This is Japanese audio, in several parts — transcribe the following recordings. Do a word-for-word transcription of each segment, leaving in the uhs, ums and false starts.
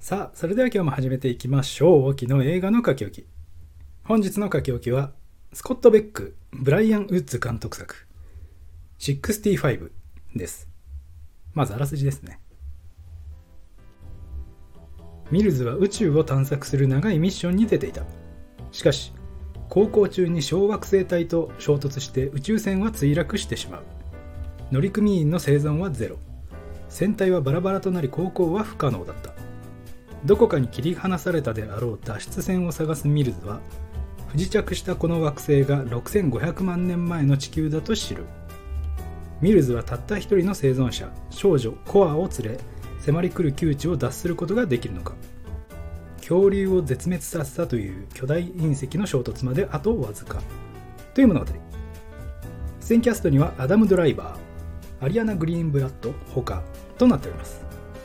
さあ、それでは今日も始めていきましょう。沖の映画の書き置き。本日の書き置きは、スコット・ベック、ブライアン・ウッズ監督作、ろくじゅうごです。まずあらすじですね。ミルズは宇宙を探索する長いミッションに出ていた。しかし、航行中に小惑星帯と衝突して宇宙船は墜落してしまう。乗組員の生存はゼロ。船体はバラバラとなり航行は不可能だった。どこかに切り離されたであろう脱出船を探すミルズは、不時着したこの惑星がろくせんごひゃくまんねんまえの地球だと知る。ミルズはたった一人の生存者、少女コアを連れ、迫り来る窮地を脱することができるのか。恐竜を絶滅させたという巨大隕石の衝突まであとわずかという物語。出演キャストにはアダム・ドライバー、アリアナ・グリーンブラッド他となっております。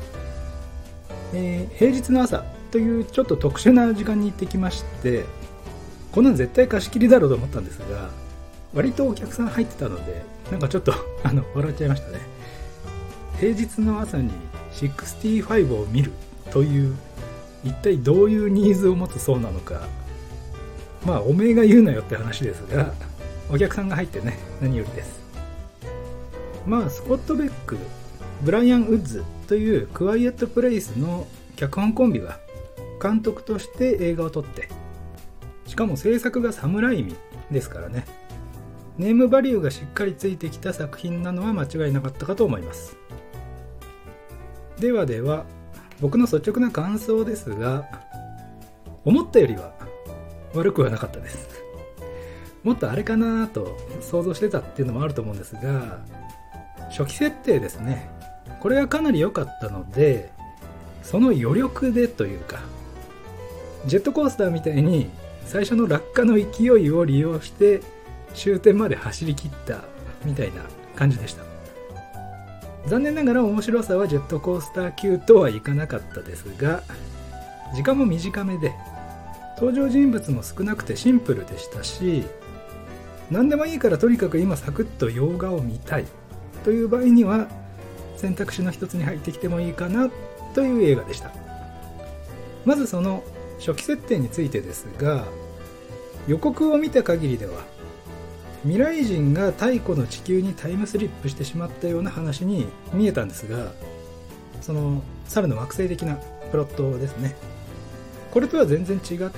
えー、平日の朝というちょっと特殊な時間に行ってきまして、こんなん絶対貸し切りだろうと思ったんですが、割とお客さん入ってたので、なんかちょっとあの笑っちゃいましたね。平日の朝にろくじゅうごを見るという、一体どういうニーズを持つ層なのか、まあおめえが言うなよって話ですが、お客さんが入ってね、何よりです。まあスコット・ベック、ブライアン・ウッズというクワイエット・プレイスの脚本コンビが監督として映画を撮って、しかも制作がサムライミですからね、ネームバリューがしっかりついてきた作品なのは間違いなかったかと思います。ではでは、僕の率直な感想ですが、思ったよりは悪くはなかったです。もっとあれかなと想像してたっていうのもあると思うんですが、初期設定ですね、これがかなり良かったので、その余力でというか、ジェットコースターみたいに最初の落下の勢いを利用して終点まで走り切ったみたいな感じでした。残念ながら面白さはジェットコースター級とはいかなかったですが、時間も短めで、登場人物も少なくてシンプルでしたし、何でもいいからとにかく今サクッと洋画を見たいという場合には選択肢の一つに入ってきてもいいかなという映画でした。まずその初期設定についてですが、予告を見た限りでは未来人が太古の地球にタイムスリップしてしまったような話に見えたんですが、その猿の惑星的なプロットですね、これとは全然違って、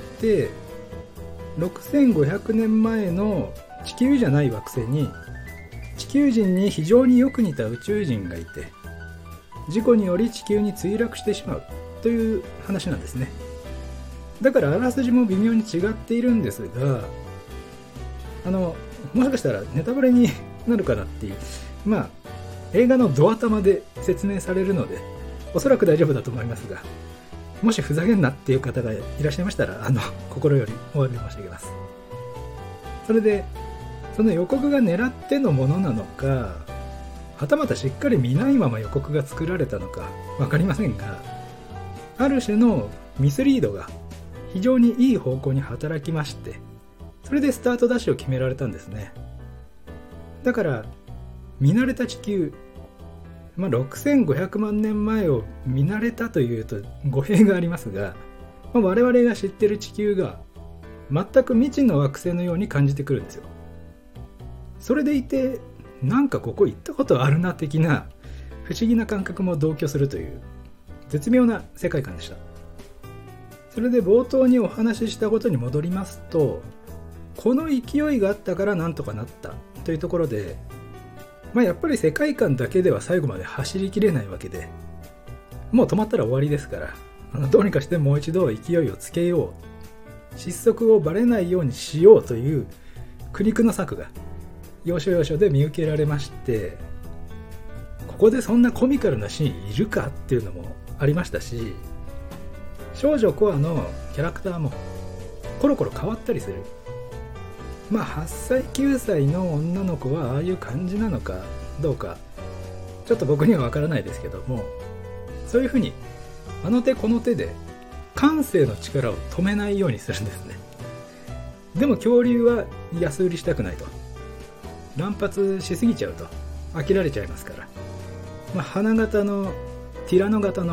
ろくせんごひゃくねんまえの地球じゃない惑星に地球人に非常によく似た宇宙人がいて、事故により地球に墜落してしまうという話なんですね。だからあらすじも微妙に違っているんですが、あのもしかしたらネタバレになるかなっていう、まあ映画のド頭で説明されるのでおそらく大丈夫だと思いますが、もしふざけんなっていう方がいらっしゃいましたら、あの心よりお詫び申し上げます。それでその予告が狙ってのものなのか、はたまたしっかり見ないまま予告が作られたのか分かりませんが、ある種のミスリードが非常にいい方向に働きまして、それでスタートダッシュを決められたんですね。だから見慣れた地球、まあ、ろくせんごひゃくまんねんまえを見慣れたというと語弊がありますが、まあ、我々が知ってる地球が全く未知の惑星のように感じてくるんですよ。それでいて、なんかここ行ったことあるな的な不思議な感覚も同居するという絶妙な世界観でした。それで冒頭にお話ししたことに戻りますと、この勢いがあったからなんとかなったというところで、まあ、やっぱり世界観だけでは最後まで走りきれないわけで、もう止まったら終わりですから、あのどうにかしてもう一度勢いをつけよう、失速をバレないようにしようという苦肉の策が要所要所で見受けられまして、ここでそんなコミカルなシーンいるかっていうのもありましたし、少女コアのキャラクターもコロコロ変わったりする。まあはっさいきゅうさいの女の子はああいう感じなのかどうかちょっと僕には分からないですけども、そういうふうにあの手この手で感性の力を止めないようにするんですね。でも恐竜は安売りしたくないと、乱発しすぎちゃうと飽きられちゃいますから、まあ、花形のティラノ型の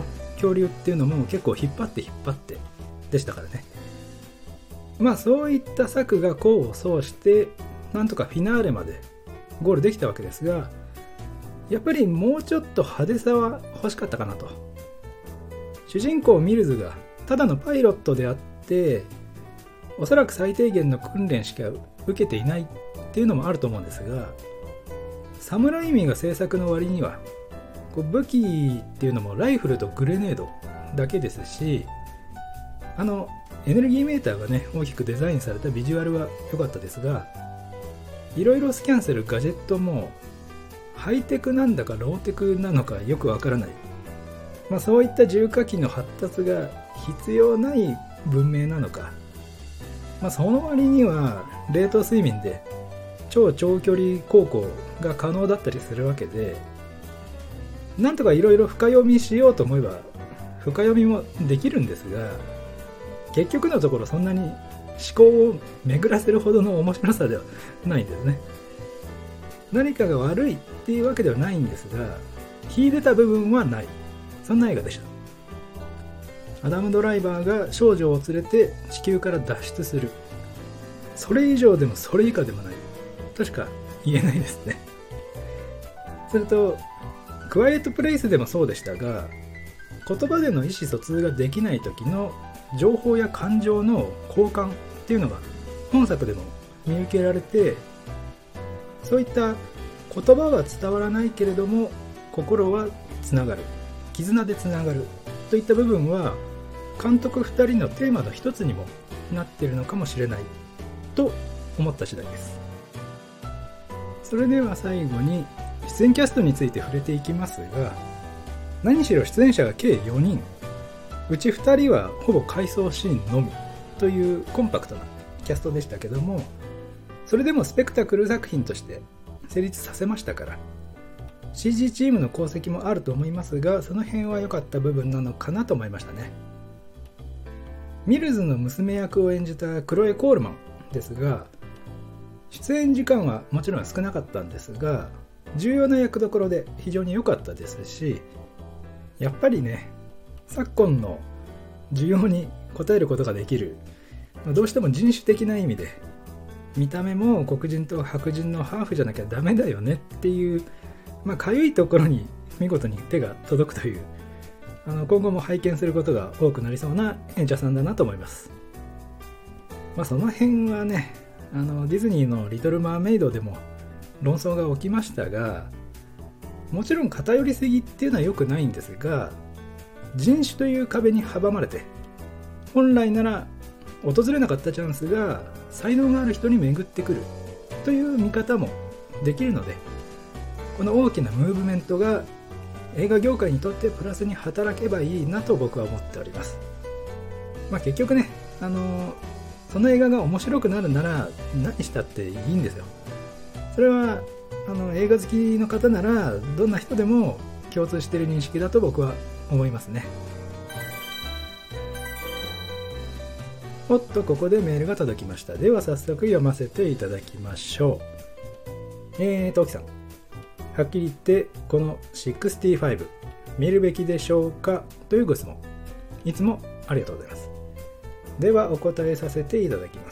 恐竜っていうのも結構引っ張って引っ張ってでしたからね。まあそういった策が功を奏してなんとかフィナーレまでゴールできたわけですが、やっぱりもうちょっと派手さは欲しかったかなと。主人公ミルズがただのパイロットであって、おそらく最低限の訓練しか受けていないっていうのもあると思うんですが、サムライミが制作の割にはこう武器っていうのもライフルとグレネードだけですし、あのエネルギーメーターがね大きくデザインされたビジュアルは良かったですが、いろいろスキャンするガジェットもハイテクなんだかローテクなのかよくわからない、まあ、そういった重火器の発達が必要ない文明なのか、まあ、その割には冷凍睡眠で超長距離航行が可能だったりするわけで、なんとかいろいろ深読みしようと思えば深読みもできるんですが、結局のところそんなに思考を巡らせるほどの面白さではないんですね。何かが悪いっていうわけではないんですが、秀でた部分はない、そんな映画でした。アダム・ドライバーが少女を連れて地球から脱出する、それ以上でもそれ以下でもないとしか言えないですね。それとクワイエット・プレイスでもそうでしたが、言葉での意思疎通ができない時の情報や感情の交換っていうのが本作でも見受けられて、そういった言葉は伝わらないけれども心はつながる、絆でつながるといった部分は監督ふたりのテーマの一つにもなっているのかもしれないと思った次第です。それでは最後に出演キャストについて触れていきますが、何しろ出演者が計よにん、うちふたりはほぼ回想シーンのみというコンパクトなキャストでしたけども、それでもスペクタクル作品として成立させましたから、 シージー チームの功績もあると思いますが、その辺は良かった部分なのかなと思いましたね。ミルズの娘役を演じたクロエ・コールマンですが、出演時間はもちろん少なかったんですが、重要な役どころで非常に良かったですし、やっぱりね、昨今の需要に応えることができる、どうしても人種的な意味で見た目も黒人と白人のハーフじゃなきゃダメだよねっていう、まあ、かゆいところに見事に手が届くという、あの今後も拝見することが多くなりそうな演者さんだなと思います。まあ、その辺はね、あのディズニーのリトル・マーメイドでも論争が起きましたが、もちろん偏りすぎっていうのは良くないんですが、人種という壁に阻まれて本来なら訪れなかったチャンスが才能がある人に巡ってくるという見方もできるので、この大きなムーブメントが映画業界にとってプラスに働けばいいなと僕は思っております。まあ結局ね、あのその映画が面白くなるなら何したっていいんですよ。それはあの映画好きの方ならどんな人でも共通している認識だと僕は思いますね。おっと、ここでメールが届きました。では早速読ませていただきましょう。えーと、沖さん、はっきり言ってこのろくじゅうご見るべきでしょうかというご質問、いつもありがとうございます。ではお答えさせていただきます。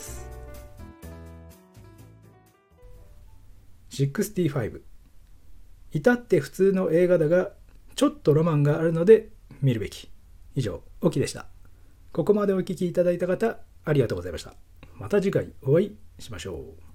ろくじゅうご、至って普通の映画だがちょっとロマンがあるので見るべき。以上、沖でした。ここまでお聞きいただいた方ありがとうございました。また次回お会いしましょう。